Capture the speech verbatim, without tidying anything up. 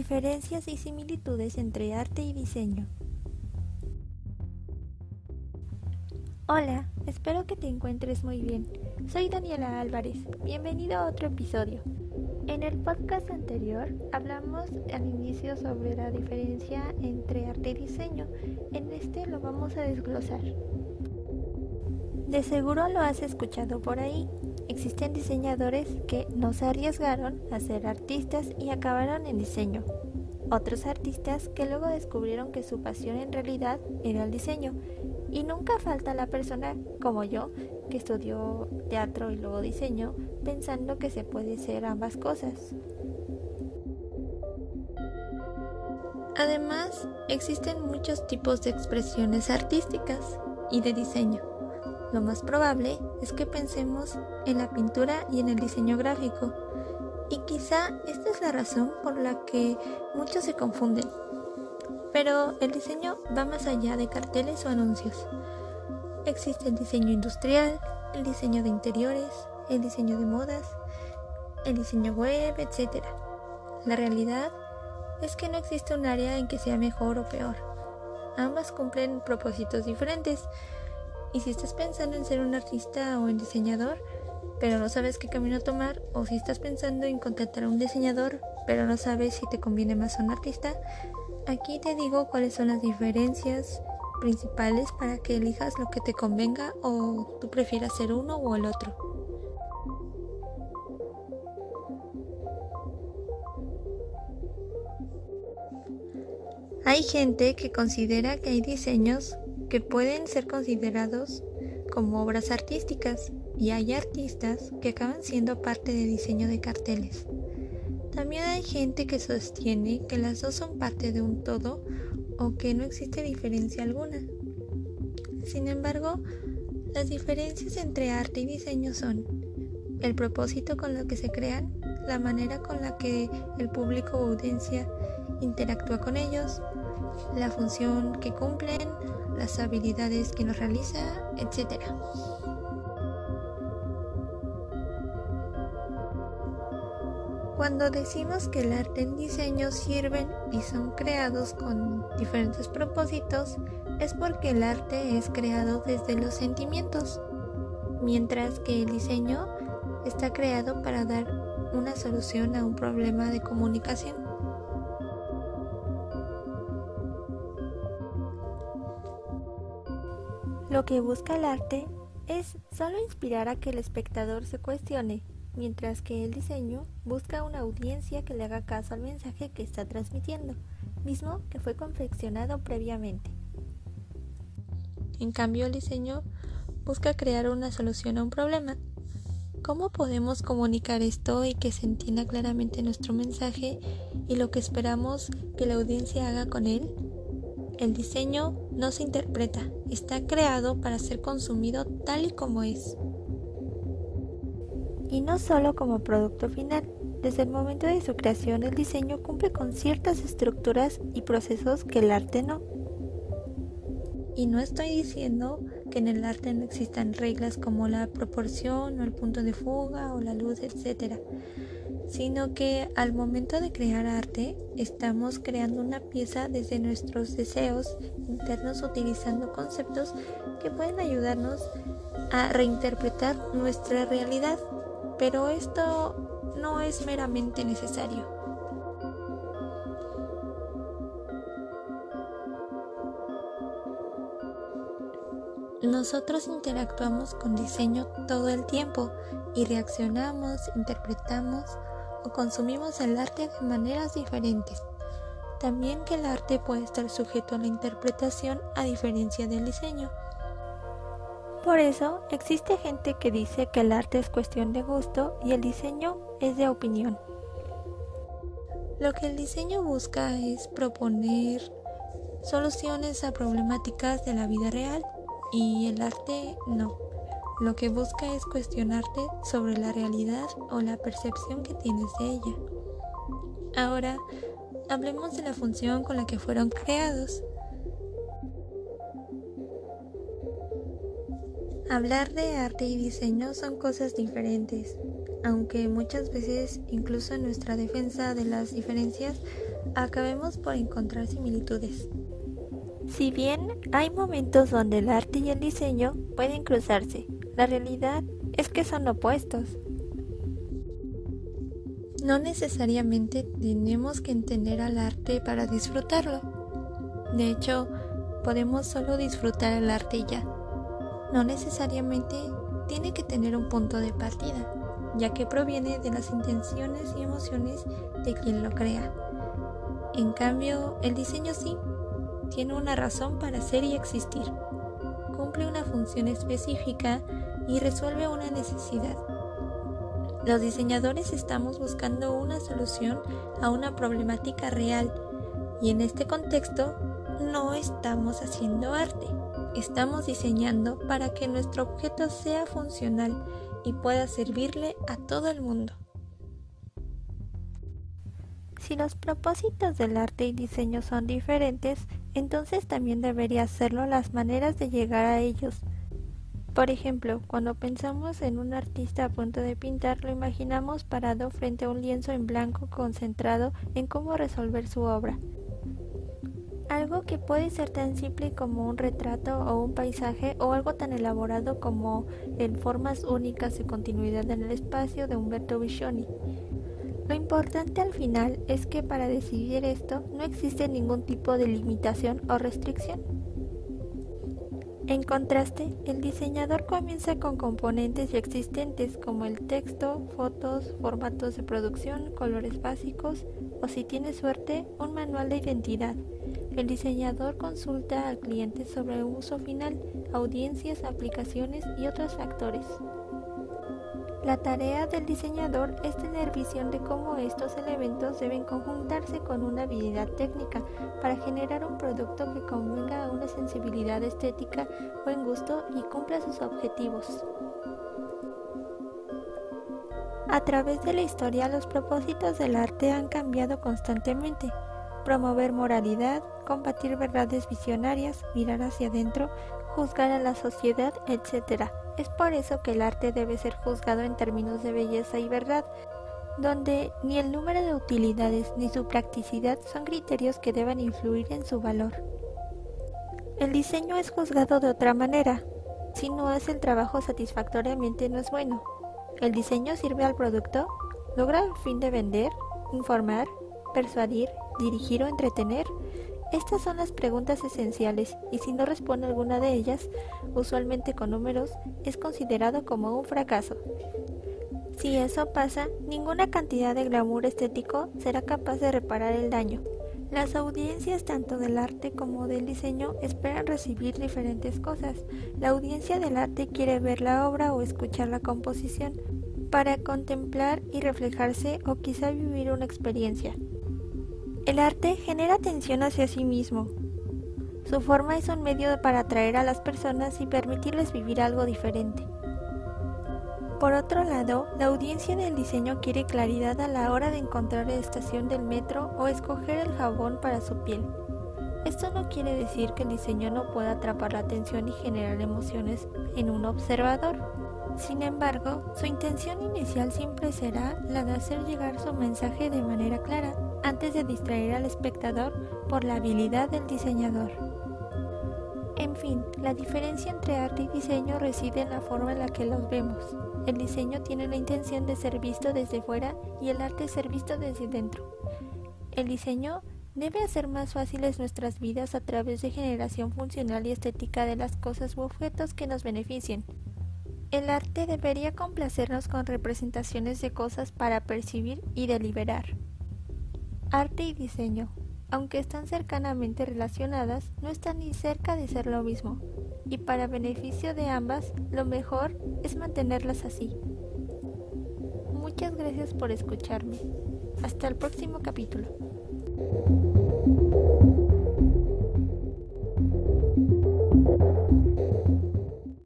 Diferencias y similitudes entre arte y diseño. Hola, espero que te encuentres muy bien. Soy Daniela Álvarez. Bienvenido a otro episodio. En el podcast anterior hablamos al inicio sobre la diferencia entre arte y diseño. En este lo vamos a desglosar. De seguro lo has escuchado por ahí. Existen diseñadores que no se arriesgaron a ser artistas y acabaron en diseño. Otros artistas que luego descubrieron que su pasión en realidad era el diseño. Y nunca falta la persona, como yo, que estudió teatro y luego diseño, pensando que se puede ser ambas cosas. Además, existen muchos tipos de expresiones artísticas y de diseño. Lo más probable es que pensemos en la pintura y en el diseño gráfico, y quizá esta es la razón por la que muchos se confunden. Pero el diseño va más allá de carteles o anuncios. Existe el diseño industrial, el diseño de interiores, el diseño de modas, el diseño web, etcétera. La realidad es que no existe un área en que sea mejor o peor. Ambas cumplen propósitos diferentes. Y si estás pensando en ser un artista o en diseñador, pero no sabes qué camino tomar, o si estás pensando en contratar a un diseñador, pero no sabes si te conviene más a un artista, aquí te digo cuáles son las diferencias principales para que elijas lo que te convenga o tú prefieras ser uno o el otro. Hay gente que considera que hay diseños que pueden ser considerados como obras artísticas y hay artistas que acaban siendo parte de diseño de carteles. También hay gente que sostiene que las dos son parte de un todo o que no existe diferencia alguna. Sin embargo, las diferencias entre arte y diseño son el propósito con lo que se crean, la manera con la que el público o audiencia interactúa con ellos, la función que cumplen, las habilidades que los realiza, etcétera. Cuando decimos que el arte y el diseño sirven y son creados con diferentes propósitos, es porque el arte es creado desde los sentimientos, mientras que el diseño está creado para dar una solución a un problema de comunicación. Lo que busca el arte es solo inspirar a que el espectador se cuestione, mientras que el diseño busca una audiencia que le haga caso al mensaje que está transmitiendo, mismo que fue confeccionado previamente. En cambio, el diseño busca crear una solución a un problema. ¿Cómo podemos comunicar esto y que se entienda claramente nuestro mensaje y lo que esperamos que la audiencia haga con él? El diseño no se interpreta, está creado para ser consumido tal y como es. Y no solo como producto final. Desde el momento de su creación, el diseño cumple con ciertas estructuras y procesos que el arte no. Y no estoy diciendo que en el arte no existan reglas como la proporción o el punto de fuga o la luz, etcétera, sino que al momento de crear arte estamos creando una pieza desde nuestros deseos internos utilizando conceptos que pueden ayudarnos a reinterpretar nuestra realidad, pero esto no es meramente necesario. Nosotros interactuamos con diseño todo el tiempo y reaccionamos, interpretamos o consumimos el arte de maneras diferentes. También que el arte puede estar sujeto a la interpretación a diferencia del diseño. Por eso existe gente que dice que el arte es cuestión de gusto y el diseño es de opinión. Lo que el diseño busca es proponer soluciones a problemáticas de la vida real y el arte no. Lo que busca es cuestionarte sobre la realidad o la percepción que tienes de ella. Ahora, hablemos de la función con la que fueron creados. Hablar de arte y diseño son cosas diferentes, aunque muchas veces, incluso en nuestra defensa de las diferencias, acabemos por encontrar similitudes. Si bien hay momentos donde el arte y el diseño pueden cruzarse, la realidad es que son opuestos. No necesariamente tenemos que entender al arte para disfrutarlo. De hecho, podemos solo disfrutar el arte y ya. No necesariamente tiene que tener un punto de partida, ya que proviene de las intenciones y emociones de quien lo crea. En cambio, el diseño sí, tiene una razón para ser y existir. Cumple una función específica y resuelve una necesidad. Los diseñadores estamos buscando una solución a una problemática real y en este contexto no estamos haciendo arte. Estamos diseñando para que nuestro objeto sea funcional y pueda servirle a todo el mundo. Si los propósitos del arte y diseño son diferentes, entonces también debería serlo las maneras de llegar a ellos. Por ejemplo, cuando pensamos en un artista a punto de pintar, lo imaginamos parado frente a un lienzo en blanco concentrado en cómo resolver su obra. Algo que puede ser tan simple como un retrato o un paisaje o algo tan elaborado como en formas únicas y continuidad en el espacio de Umberto Boccioni. Lo importante al final es que para decidir esto no existe ningún tipo de limitación o restricción. En contraste, el diseñador comienza con componentes ya existentes como el texto, fotos, formatos de producción, colores básicos o, si tiene suerte, un manual de identidad. El diseñador consulta al cliente sobre el uso final, audiencias, aplicaciones y otros factores. La tarea del diseñador es tener visión de cómo estos elementos deben conjuntarse con una habilidad técnica para generar un producto que convenga a una sensibilidad estética, buen gusto y cumpla sus objetivos. A través de la historia, los propósitos del arte han cambiado constantemente. Promover moralidad, combatir verdades visionarias, mirar hacia adentro, juzgar a la sociedad, etcétera. Es por eso que el arte debe ser juzgado en términos de belleza y verdad, donde ni el número de utilidades ni su practicidad son criterios que deban influir en su valor. El diseño es juzgado de otra manera. Si no hace el trabajo satisfactoriamente, no es bueno. ¿El diseño sirve al producto? ¿Logra el fin de vender, informar, persuadir, dirigir o entretener? Estas son las preguntas esenciales y si no responde alguna de ellas, usualmente con números, es considerado como un fracaso. Si eso pasa, ninguna cantidad de glamour estético será capaz de reparar el daño. Las audiencias tanto del arte como del diseño esperan recibir diferentes cosas. La audiencia del arte quiere ver la obra o escuchar la composición para contemplar y reflejarse o quizá vivir una experiencia. El arte genera atención hacia sí mismo. Su forma es un medio para atraer a las personas y permitirles vivir algo diferente. Por otro lado, la audiencia del diseño quiere claridad a la hora de encontrar la estación del metro o escoger el jabón para su piel. Esto no quiere decir que el diseño no pueda atrapar la atención y generar emociones en un observador. Sin embargo, su intención inicial siempre será la de hacer llegar su mensaje de manera clara, antes de distraer al espectador por la habilidad del diseñador. En fin, la diferencia entre arte y diseño reside en la forma en la que los vemos. El diseño tiene la intención de ser visto desde fuera y el arte ser visto desde dentro. El diseño debe hacer más fáciles nuestras vidas a través de generación funcional y estética de las cosas u objetos que nos beneficien. El arte debería complacernos con representaciones de cosas para percibir y deliberar. Arte y diseño, aunque están cercanamente relacionadas, no están ni cerca de ser lo mismo, y para beneficio de ambas, lo mejor es mantenerlas así. Muchas gracias por escucharme. Hasta el próximo capítulo.